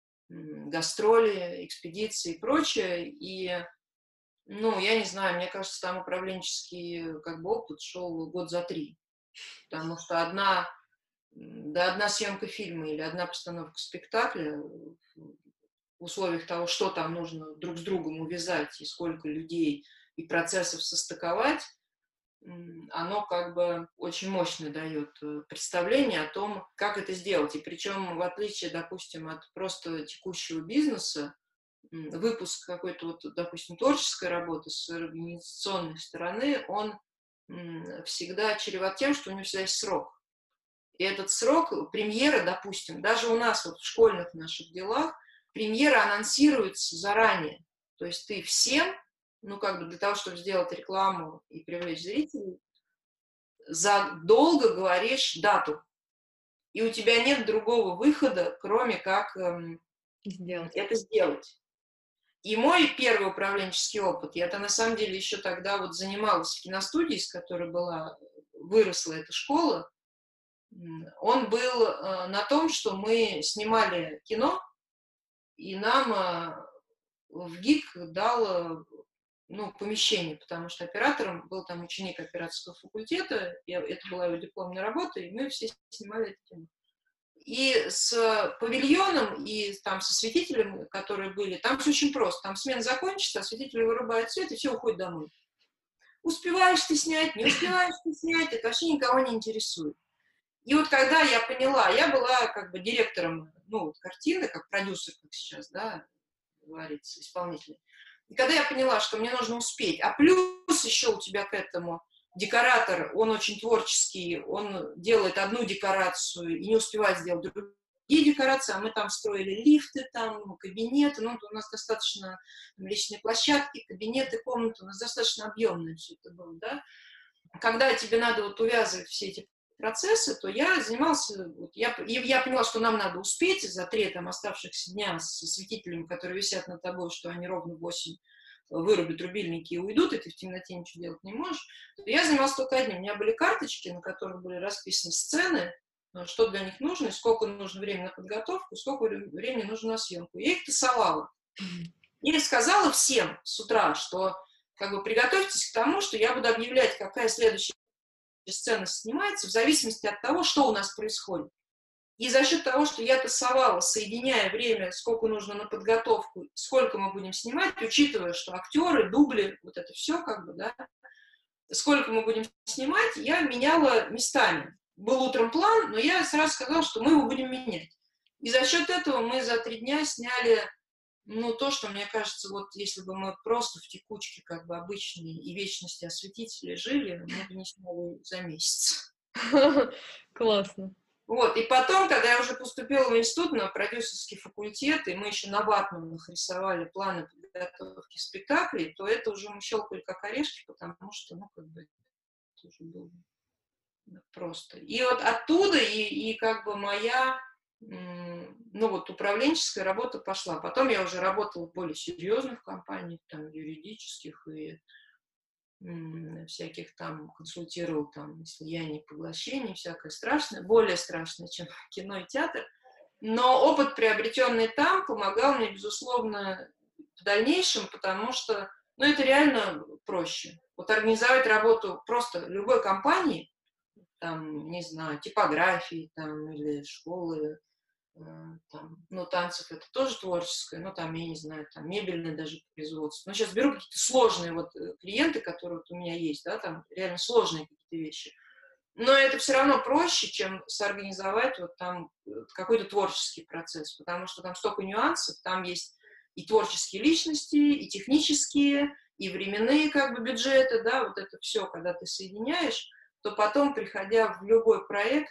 гастроли, экспедиции и прочее. И, ну, я не знаю, мне кажется, там управленческий как бы опыт шел год за 3. Потому что одна съемка фильма или одна постановка спектакля в условиях того, что там нужно друг с другом увязать и сколько людей и процессов состыковать, оно как бы очень мощно дает представление о том, как это сделать. И причем, в отличие, допустим, от просто текущего бизнеса, выпуск какой-то, вот, допустим, творческой работы с организационной стороны, он всегда чреват тем, что у него всегда есть срок. И этот срок, премьера, допустим, даже у нас вот в школьных наших делах, премьера анонсируется заранее. То есть ты всем, ну, как бы для того, чтобы сделать рекламу и привлечь зрителей, задолго говоришь дату. И у тебя нет другого выхода, кроме как это сделать. И мой первый управленческий опыт, я-то на самом деле еще тогда вот занималась в киностудии, с которой выросла эта школа, он был на том, что мы снимали кино, и нам в ГИК дал помещение, потому что оператором был там ученик операторского факультета, это была его дипломная работа, и мы все снимали это кино. И с павильоном, и там со осветителем, которые были, там все очень просто. Там смена закончится, осветители вырубают свет, и все уходят домой. Успеваешь ты снять, не успеваешь ты снять, это вообще никого не интересует. И вот когда я поняла, я была как бы директором, картины, как продюсер, как сейчас, да, говорится, исполнитель. И когда я поняла, что мне нужно успеть, а плюс еще у тебя к этому декоратор, он очень творческий, он делает одну декорацию и не успевает сделать другие декорации, а мы там строили лифты, там, кабинеты, у нас достаточно личные площадки, кабинеты, комнаты, у нас достаточно объемное все это было, да. Когда тебе надо вот увязывать все эти процессы, то я занимался, я поняла, что нам надо успеть за 3 оставшихся дня с осветителями, которые висят над тобой, что они ровно в 8 вырубят рубильники и уйдут, и ты в темноте ничего делать не можешь. Я занималась только одним. У меня были карточки, на которых были расписаны сцены, что для них нужно, сколько нужно времени на подготовку, сколько времени нужно на съемку. Я их тасовала. И сказала всем с утра, что как бы приготовьтесь к тому, что я буду объявлять, какая следующая сцена снимается, в зависимости от того, что у нас происходит. И за счет того, что я тасовала, соединяя время, сколько нужно на подготовку, сколько мы будем снимать, учитывая, что актеры, дубли, вот это все как бы, да, сколько мы будем снимать, я меняла местами. Был утром план, но я сразу сказала, что мы его будем менять. И за счет этого мы за 3 дня сняли, то, что, мне кажется, вот если бы мы просто в текучке, как бы обычной и вечности осветителей жили, мы бы не сняли за месяц. Классно. Вот, и потом, когда я уже поступила в институт на продюсерский факультет, и мы еще на ватманах рисовали планы подготовки спектаклей, то это уже мы щелкали как орешки, потому что, это уже было просто. И вот оттуда и как бы моя, управленческая работа пошла. Потом я уже работала в более серьезных компаниях, там, юридических и всяких там консультировал, там, слияние, поглощение, всякое страшное, более страшное, чем кино и театр. Но опыт, приобретенный там, помогал мне, безусловно, в дальнейшем, потому что, это реально проще. Вот организовать работу просто любой компании, там, не знаю, типографии, там, или школы, там, танцев это тоже творческое, там, я не знаю, там, мебельное даже производство. Сейчас беру какие-то сложные клиенты, которые у меня есть, да, там, реально сложные какие-то вещи. Но это все равно проще, чем соорганизовать там какой-то творческий процесс, потому что там столько нюансов, там есть и творческие личности, и технические, и временные как бы бюджеты, да, вот это все, когда ты соединяешь, то потом, приходя в любой проект,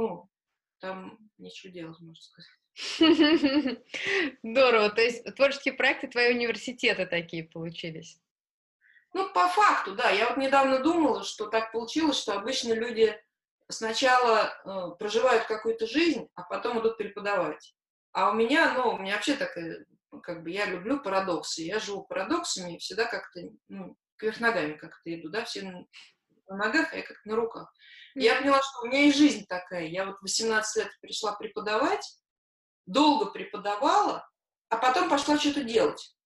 там нечего делать, можно сказать. Здорово. То есть творческие проекты твои университеты такие получились? По факту, да. Я недавно думала, что так получилось, что обычно люди сначала проживают какую-то жизнь, а потом идут преподавать. А у меня вообще такая, как бы, я люблю парадоксы. Я живу парадоксами и всегда как-то, кверх ногами как-то иду, да, все на ногах, а я как-то на руках. Я поняла, что у меня и жизнь такая. Я 18 лет пришла преподавать, долго преподавала, а потом пошла что-то делать.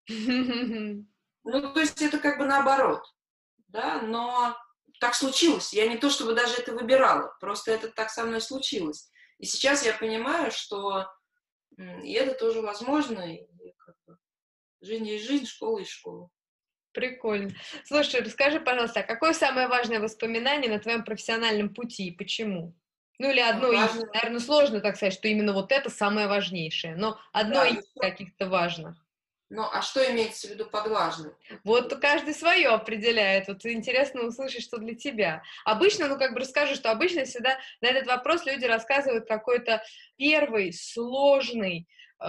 То есть это как бы наоборот, да, но так случилось. Я не то чтобы даже это выбирала, просто это так со мной случилось. И сейчас я понимаю, что и это тоже возможно, и как бы жизнь есть жизнь, школа есть школа. Прикольно. Слушай, расскажи, пожалуйста, а какое самое важное воспоминание на твоем профессиональном пути и почему? Или одно из, наверное, сложно так сказать, что именно вот это самое важнейшее, но одно из каких-то важных. Ну, а что имеется в виду под важным? Вот каждый свое определяет. Вот интересно услышать, что для тебя. Обычно, ну, как бы расскажи, что обычно всегда на этот вопрос люди рассказывают какой-то первый сложный,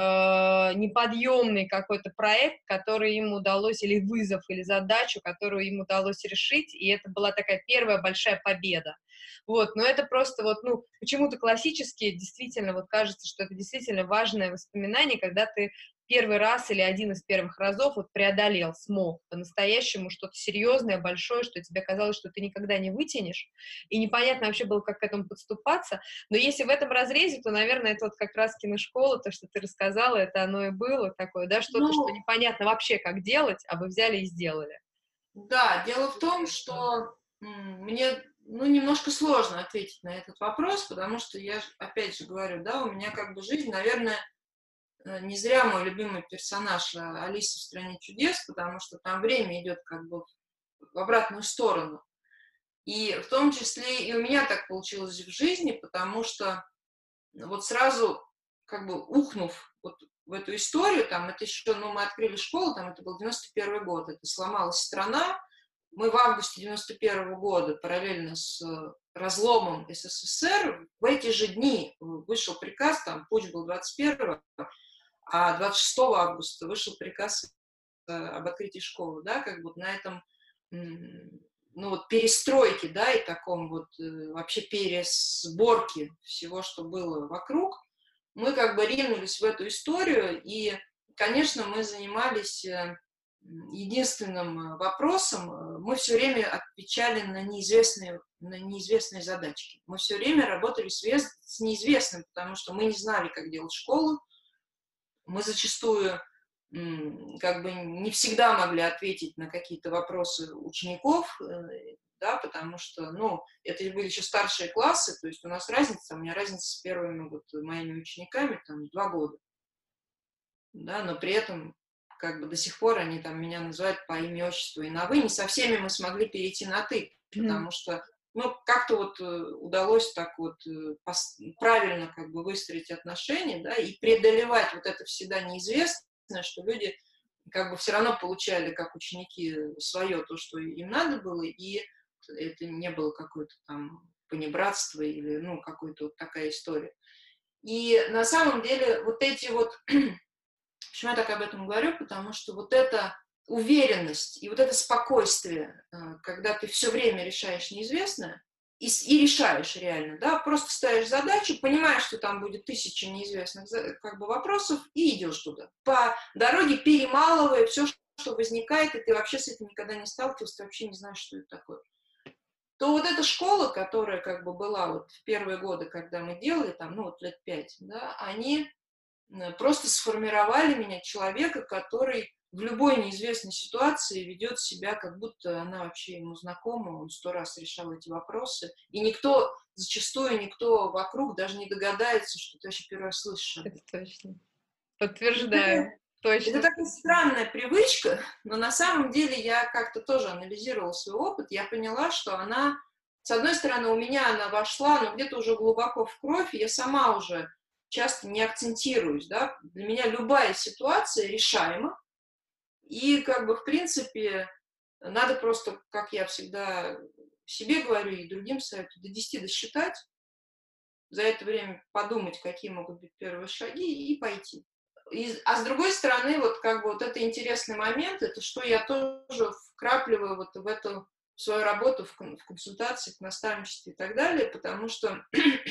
неподъемный какой-то проект, который им удалось, или вызов, или задачу, которую им удалось решить, и это была такая первая большая победа. Вот, но это просто вот, ну, почему-то классически действительно вот кажется, что это действительно важное воспоминание, когда ты первый раз или один из первых разов вот преодолел, смог по-настоящему что-то серьезное, большое, что тебе казалось, что ты никогда не вытянешь, и непонятно вообще было, как к этому подступаться, но если в этом разрезе, то, наверное, это вот как раз киношкола, то, что ты рассказала, это оно и было такое, да, что-то, что Ну, непонятно вообще, как делать, а вы взяли и сделали. да, дело в том, что мне, ну, немножко сложно ответить на этот вопрос, потому что я, опять же говорю, да, у меня как бы жизнь, наверное, не зря мой любимый персонаж Алиса в «Стране чудес», потому что там время идет как бы в обратную сторону. И в том числе и у меня так получилось в жизни, потому что вот сразу как бы ухнув вот в эту историю, там, это еще, ну, мы открыли школу, там, это был 91 год, это сломалась страна, мы в августе 91 года, параллельно с разломом СССР, в эти же дни вышел приказ, там, путч был 21, а 26 августа вышел приказ об открытии школы, да, как бы на этом, ну, вот перестройке, да, и таком вот вообще пересборке всего, что было вокруг, мы как бы ринулись в эту историю, и, конечно, мы занимались единственным вопросом, мы все время отвечали на неизвестные задачки. Мы все время работали с неизвестным, потому что мы не знали, как делать школу, мы зачастую как бы не всегда могли ответить на какие-то вопросы учеников, да, потому что, ну, это были еще старшие классы, то есть у нас разница, у меня разница с первыми вот моими учениками, там, 2 года, да, но при этом как бы до сих пор они там меня называют по имени, отчеству и на «вы». Не со всеми мы смогли перейти на «ты», потому что, ну, как-то вот удалось так вот правильно как бы выстроить отношения, да, и преодолевать вот это всегда неизвестное, что люди как бы все равно получали, как ученики, свое, то, что им надо было, и это не было какое-то там понебратство или, ну, какая-то вот такая история. И на самом деле вот эти вот почему я так об этом говорю? Потому что вот эта уверенность и вот это спокойствие, когда ты все время решаешь неизвестное, и решаешь реально, да, просто ставишь задачу, понимаешь, что там будет 1000 неизвестных как бы вопросов, и идешь туда. По дороге перемалывая все, что возникает, и ты вообще с этим никогда не сталкивался, ты вообще не знаешь, что это такое. То вот эта школа, которая как бы была вот в первые годы, когда мы делали, там, ну вот лет 5, да, они просто сформировали меня человека, который в любой неизвестной ситуации ведет себя, как будто она вообще ему знакома, он 100 раз решал эти вопросы, и зачастую никто вокруг даже не догадается, что ты вообще первый раз слышишь об Это этом. точно. Подтверждаю. Это Точно. такая странная привычка, но на самом деле я как-то тоже анализировала свой опыт, я поняла, что она, с одной стороны, у меня она вошла, но где-то уже глубоко в кровь, и я сама уже часто не акцентируюсь, да, для меня любая ситуация решаема, и как бы, в принципе, надо просто, как я всегда себе говорю и другим советую, до 10 досчитать, за это время подумать, какие могут быть первые шаги, и пойти. А с другой стороны, вот как бы вот это интересный момент, это что я тоже вкрапливаю вот в эту свою работу в консультациях, в наставничестве и так далее, потому что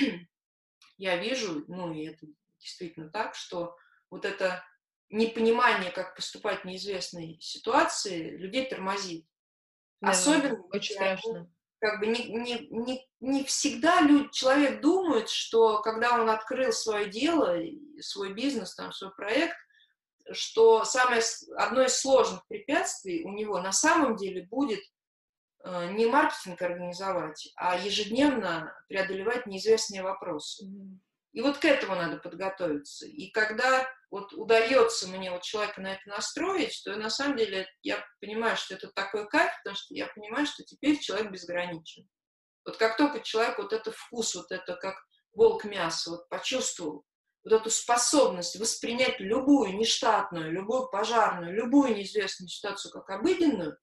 я вижу, ну и это действительно так, что вот это непонимание, как поступать в неизвестной ситуации, людей тормозит. Да, Особенно, очень если они страшно. как бы не всегда человек думает, что когда он открыл свое дело, свой бизнес, там, свой проект, что одно из сложных препятствий у него на самом деле будет не маркетинг организовать, а ежедневно преодолевать неизвестные вопросы. И вот к этому надо подготовиться. И когда вот удается мне вот человека на это настроить, то на самом деле я понимаю, что это такой кайф, потому что я понимаю, что теперь человек безграничен. Вот как только человек вот это вкус, вот это как волк мясо вот почувствовал, вот эту способность воспринять любую нештатную, любую пожарную, любую неизвестную ситуацию как обыденную,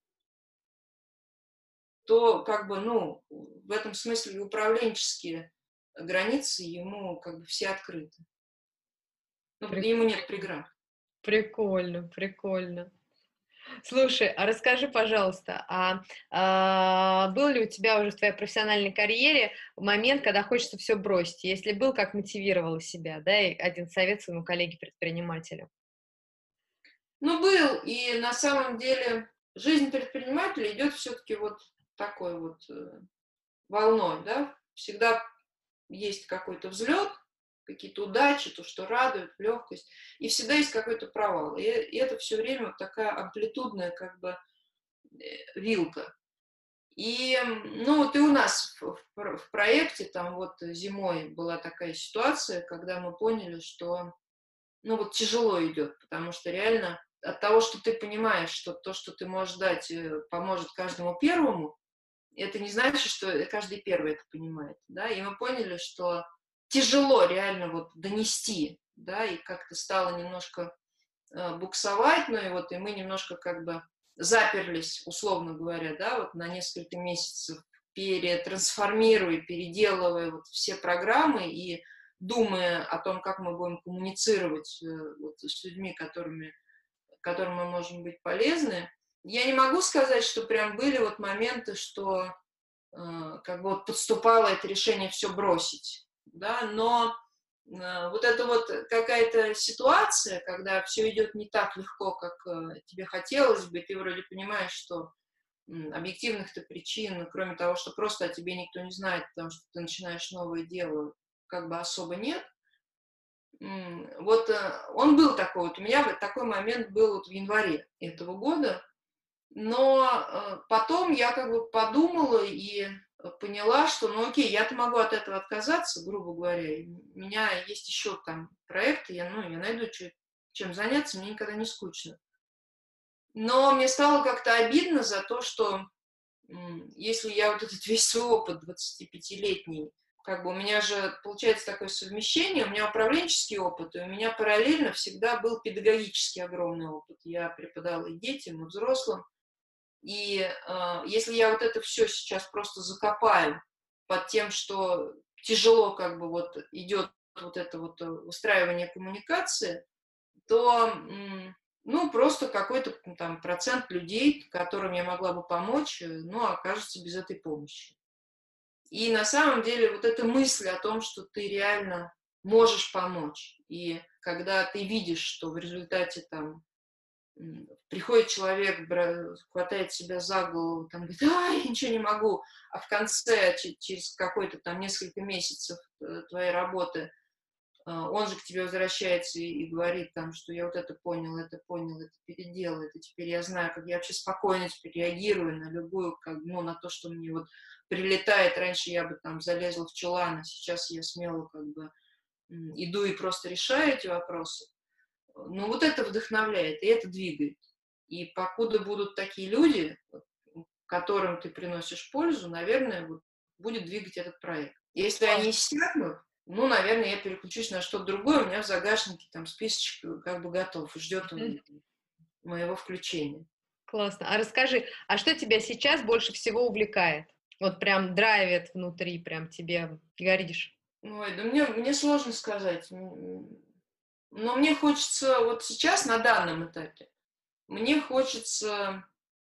то как бы, ну, в этом смысле управленческие границы ему как бы все открыты. Ну, ему нет преград. Прикольно, прикольно. Слушай, а расскажи, пожалуйста, был ли у тебя уже в твоей профессиональной карьере момент, когда хочется все бросить? Если был, как мотивировала себя? Дай один совет своему коллеге-предпринимателю. Ну, был, и на самом деле жизнь предпринимателя идет все-таки вот такой вот волной, да, всегда есть какой-то взлет, какие-то удачи, то, что радует, легкость, и всегда есть какой-то провал. И это все время вот такая амплитудная как бы вилка. И, ну, вот и у нас в проекте, там вот зимой была такая ситуация, когда мы поняли, что, ну, вот тяжело идет, потому что реально от того, что ты понимаешь, что то, что ты можешь дать, поможет каждому первому, это не значит, что каждый первый это понимает, да, и мы поняли, что тяжело реально вот донести, да, и как-то стало немножко буксовать, ну и вот и мы немножко как бы заперлись, условно говоря, да, вот на несколько месяцев, перетрансформируя, переделывая вот все программы и думая о том, как мы будем коммуницировать вот с людьми, которым мы можем быть полезны. Я не могу сказать, что прям были вот моменты, что как бы вот подступало это решение все бросить, да, но вот это вот какая-то ситуация, когда все идет не так легко, как тебе хотелось бы, ты вроде понимаешь, что объективных-то причин, кроме того, что просто о тебе никто не знает, потому что ты начинаешь новое дело, как бы особо нет. Вот он был такой, вот у меня такой момент был вот в январе этого года, но потом я как бы подумала и поняла, что, ну окей, я-то могу от этого отказаться, грубо говоря. У меня есть еще там проекты, я найду чем заняться, мне никогда не скучно. Но мне стало как-то обидно за то, что если я вот этот весь свой опыт 25-летний, как бы у меня же получается такое совмещение, у меня управленческий опыт, и у меня параллельно всегда был педагогический огромный опыт. Я преподавала и детям, и взрослым. И если я вот это все сейчас просто закопаю под тем, что тяжело как бы вот идет вот это вот выстраивание коммуникации, то, ну, просто какой-то там процент людей, которым я могла бы помочь, ну, окажется без этой помощи. И на самом деле вот эта мысль о том, что ты реально можешь помочь, и когда ты видишь, что в результате там приходит человек, хватает себя за голову, там говорит, я ничего не могу, а в конце, через какой-то там несколько месяцев твоей работы, он же к тебе возвращается и говорит там, что я вот это понял, это переделал, это теперь я знаю, как я вообще спокойно теперь реагирую на любую, как, ну, на то, что мне вот прилетает. Раньше я бы там залезла в чулан, а сейчас я смело как бы иду и просто решаю эти вопросы. Ну, вот это вдохновляет, и это двигает. И покуда будут такие люди, которым ты приносишь пользу, наверное, вот, будет двигать этот проект. Если они иссякнут, ну, наверное, я переключусь на что-то другое, у меня в загашнике там списочек как бы готов, ждет моего включения. Классно. А расскажи, а что тебя сейчас больше всего увлекает? Вот прям драйвит внутри, прям тебе горишь. Ой, да мне сложно сказать. Но мне хочется вот сейчас, на данном этапе, мне хочется...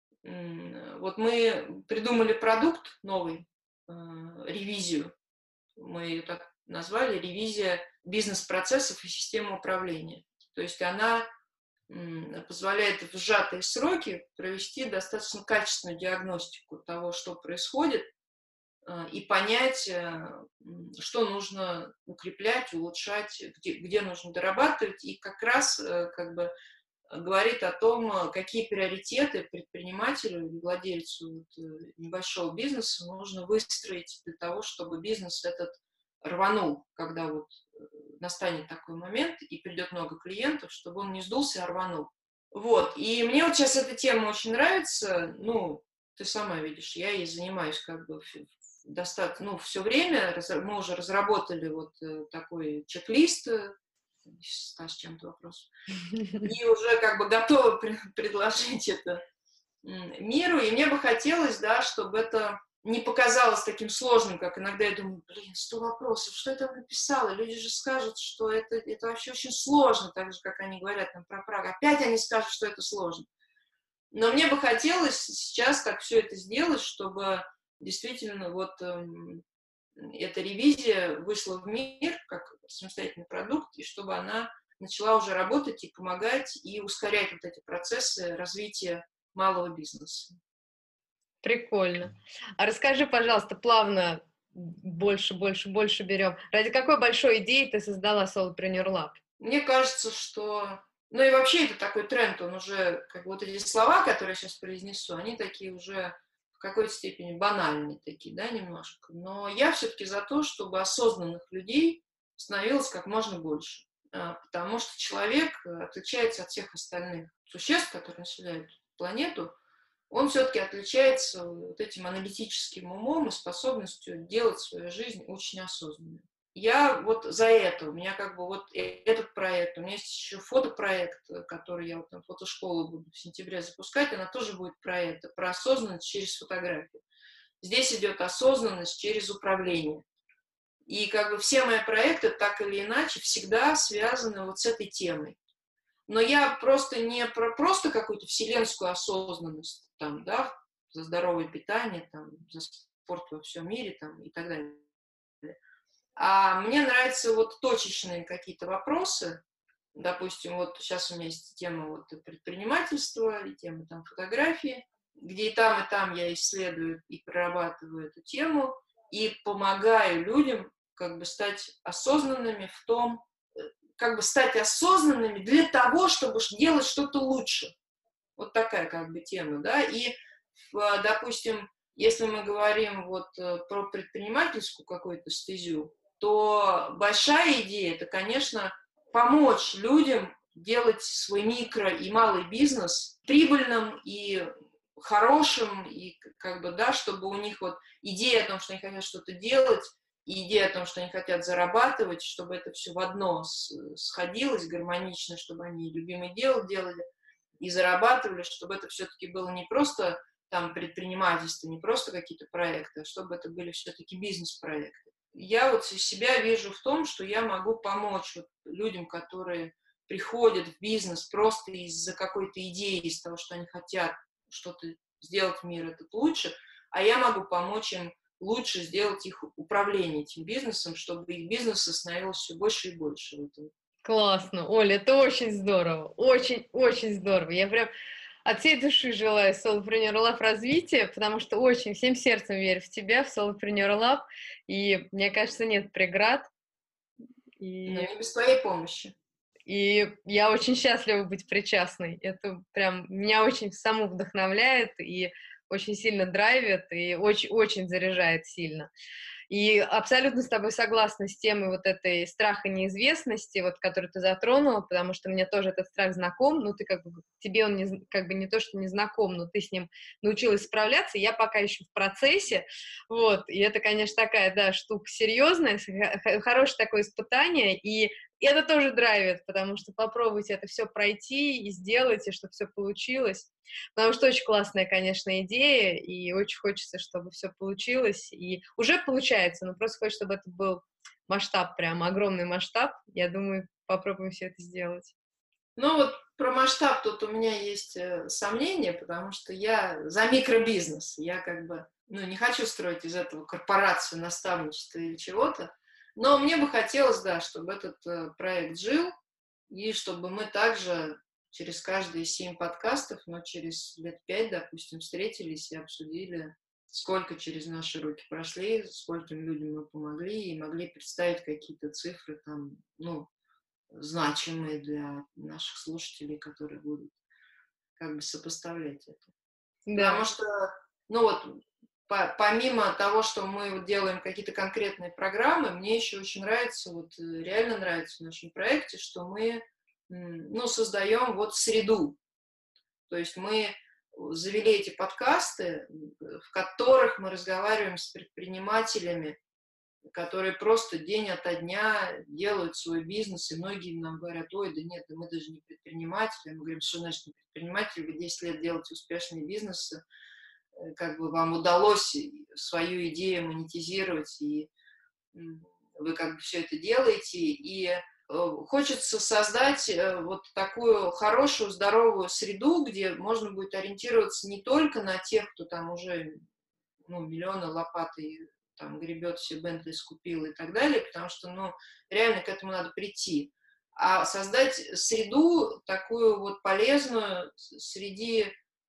Вот мы придумали продукт новый, ревизию. Мы ее так назвали, ревизия бизнес-процессов и системы управления. То есть она позволяет в сжатые сроки провести достаточно качественную диагностику того, что происходит, и понять, что нужно укреплять, улучшать, где нужно дорабатывать, и как раз как бы говорит о том, какие приоритеты предпринимателю или владельцу небольшого бизнеса нужно выстроить для того, чтобы бизнес этот рванул, когда вот настанет такой момент и придет много клиентов, чтобы он не сдулся, а рванул. Вот, и мне вот сейчас эта тема очень нравится, ну, ты сама видишь, я ей занимаюсь как бы достаточно, ну, все время, мы уже разработали вот такой чек-лист с чем-то вопрос. И уже как бы готова предложить это миру. И мне бы хотелось, да, чтобы это не показалось таким сложным, как иногда я думаю, 100 вопросов, что я там написала? Люди же скажут, что это вообще очень сложно, так же, как они говорят там про Прагу. Опять они скажут, что это сложно. Но мне бы хотелось сейчас так все это сделать, чтобы действительно вот эта ревизия вышла в мир как самостоятельный продукт, и чтобы она начала уже работать и помогать, и ускорять вот эти процессы развития малого бизнеса. Прикольно. А расскажи, пожалуйста, плавно, больше берем. Ради какой большой идеи ты создала Solopreneur Lab? Мне кажется, что... Ну и вообще это такой тренд, он уже, как вот эти слова, которые я сейчас произнесу, они такие уже в какой-то степени банальные такие, да, немножко. Но я все-таки за то, чтобы осознанных людей становилось как можно больше. Потому что человек отличается от всех остальных существ, которые населяют планету. Он все-таки отличается вот этим аналитическим умом и способностью делать свою жизнь очень осознанной. Я вот за это, у меня как бы вот этот проект, у меня есть еще фотопроект, который я вот там фотошколу буду в сентябре запускать, она тоже будет про это, про осознанность через фотографию. Здесь идет осознанность через управление. И как бы все мои проекты так или иначе всегда связаны вот с этой темой. Но я просто не про просто какую-то вселенскую осознанность, там, да, за здоровое питание, там, за спорт во всем мире, там, и так далее. А мне нравятся вот точечные какие-то вопросы. Допустим, вот сейчас у меня есть тема вот предпринимательства, и тема там фотографии, где и там я исследую и прорабатываю эту тему, и помогаю людям как бы стать осознанными в том, как бы стать осознанными для того, чтобы делать что-то лучше. Вот такая как бы тема, да, и, допустим, если мы говорим вот про предпринимательскую какую-то стезю, то большая идея – это, конечно, помочь людям делать свой микро и малый бизнес прибыльным и хорошим, и как бы, да, чтобы у них вот идея о том, что они хотят что-то делать, и идея о том, что они хотят зарабатывать, чтобы это все в одно сходилось гармонично, чтобы они любимое дело делали и зарабатывали, чтобы это все-таки было не просто там предпринимательство, не просто какие-то проекты, а чтобы это были все-таки бизнес-проекты. Я вот себя вижу в том, что я могу помочь вот людям, которые приходят в бизнес просто из-за какой-то идеи, из того, что они хотят что-то сделать в мир этот лучше, а я могу помочь им лучше сделать их управление этим бизнесом, чтобы их бизнес становился все больше и больше в этом. Классно, Оля, это очень здорово, очень здорово. Я прям от всей души желаю Solopreneur Lab развития, потому что очень всем сердцем верю в тебя, в Solopreneur Lab, и мне кажется, нет преград. Но не без твоей помощи. И я очень счастлива быть причастной. Это прям меня очень саму вдохновляет и очень сильно драйвит, и очень заряжает сильно. И абсолютно с тобой согласна с темой вот этой страха неизвестности, вот, который ты затронула, потому что мне тоже этот страх знаком, ну, ты как бы, тебе он не, как бы не то, что не знаком, но ты с ним научилась справляться, я пока еще в процессе, вот, и это, конечно, такая, да, штука серьезная, хорошее такое испытание, и это тоже драйвит, потому что попробуйте это все пройти и сделать, и чтобы все получилось. Потому что очень классная, конечно, идея, и очень хочется, чтобы все получилось. И уже получается, но просто хочется, чтобы это был масштаб, прям огромный масштаб. Я думаю, попробуем все это сделать. Ну вот про масштаб тут у меня есть сомнения, потому что я за микробизнес. Я как бы, не хочу строить из этого корпорацию, наставничество или чего-то. Но мне бы хотелось, да, чтобы этот проект жил, и чтобы мы также через каждые 7 подкастов, но через лет 5, допустим, встретились и обсудили, сколько через наши руки прошли, скольким людям мы помогли, и могли представить какие-то цифры там, значимые для наших слушателей, которые будут как бы сопоставлять это. Да. Потому что, помимо того, что мы делаем какие-то конкретные программы, мне еще очень нравится, реально нравится в нашем проекте, что мы, создаем среду. То есть мы завели эти подкасты, в которых мы разговариваем с предпринимателями которые просто день ото дня делают свой бизнес, и многие нам говорят: ой, да нет, да мы даже не предприниматели. Мы говорим: что значит не предприниматели? Вы 10 лет делаете успешные бизнесы, как бы вам удалось свою идею монетизировать, и вы как бы все это делаете, и хочется создать вот такую хорошую, здоровую среду, где можно будет ориентироваться не только на тех, кто там уже миллионы лопатой там гребет, все Бентли скупил и так далее, потому что, реально к этому надо прийти. А создать среду такую вот полезную среди,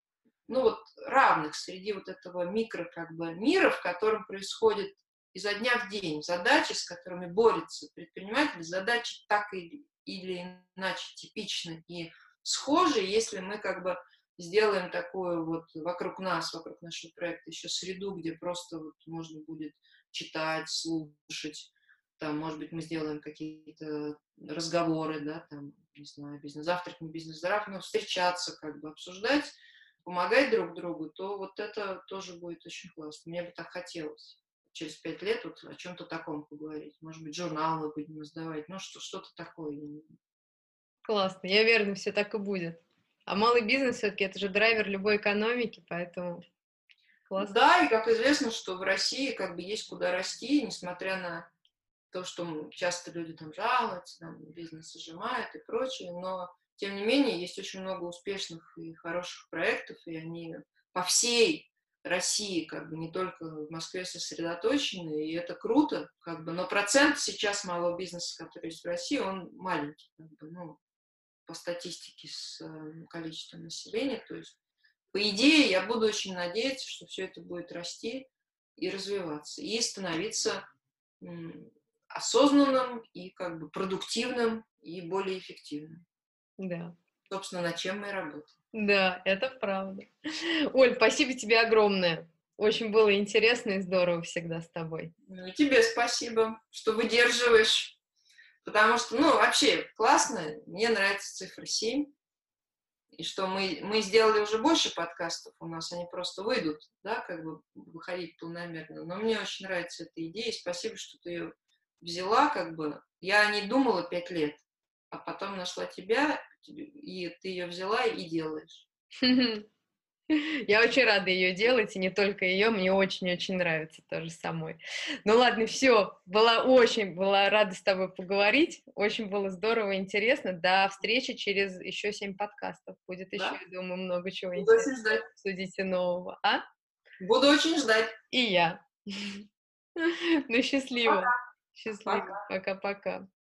равных, среди вот этого мира, в котором происходит изо дня в день задачи, с которыми борются предприниматели, задачи так или иначе типичны и схожи, если мы как бы сделаем такую вот вокруг нас, вокруг нашего проекта еще среду, где просто вот можно будет читать, слушать, там, может быть, мы сделаем какие-то разговоры, да, там, не знаю, бизнес-завтрак, не бизнес-завтрак, но встречаться, как бы обсуждать, помогать друг другу, то вот это тоже будет очень классно. Мне бы так хотелось через 5 лет вот о чем-то таком поговорить. Может быть, журнал мы будем издавать, что-то такое. Классно, я уверена, все так и будет. А малый бизнес все-таки это же драйвер любой экономики, поэтому классно. Да, и как известно, что в России как бы есть куда расти, несмотря на то, что часто люди там жалуются, там, бизнес сжимает и прочее, но тем не менее есть очень много успешных и хороших проектов, и они по всей России, как бы не только в Москве сосредоточены, и это круто, как бы, но процент сейчас малого бизнеса, который есть в России, он маленький, как бы, по статистике с количеством населения, то есть по идее я буду очень надеяться, что все это будет расти и развиваться, и становиться осознанным и как бы продуктивным и более эффективным. Да. Собственно, над чем мы и работаем. Да, это правда. Оль, спасибо тебе огромное. Очень было интересно и здорово всегда с тобой. И тебе спасибо, что выдерживаешь, потому что, вообще классно, мне нравится цифра 7, и что мы сделали уже больше подкастов у нас, они просто выйдут, да, как бы выходить полномерно, но мне очень нравится эта идея, и спасибо, что ты ее взяла, как бы, я не думала 5 лет, а потом нашла тебя, и ты ее взяла и делаешь. Я очень рада ее делать, и не только ее, мне очень-очень нравится тоже самой. Ну ладно, все, была рада с тобой поговорить, очень было здорово и интересно. До встречи через еще 7 подкастов. Будет еще, Да? я думаю, много чего Буду очень интересного ждать. обсудить и нового. А? Буду очень ждать. И я. Ну, счастливо. Пока. Счастливо. Пока. Пока-пока.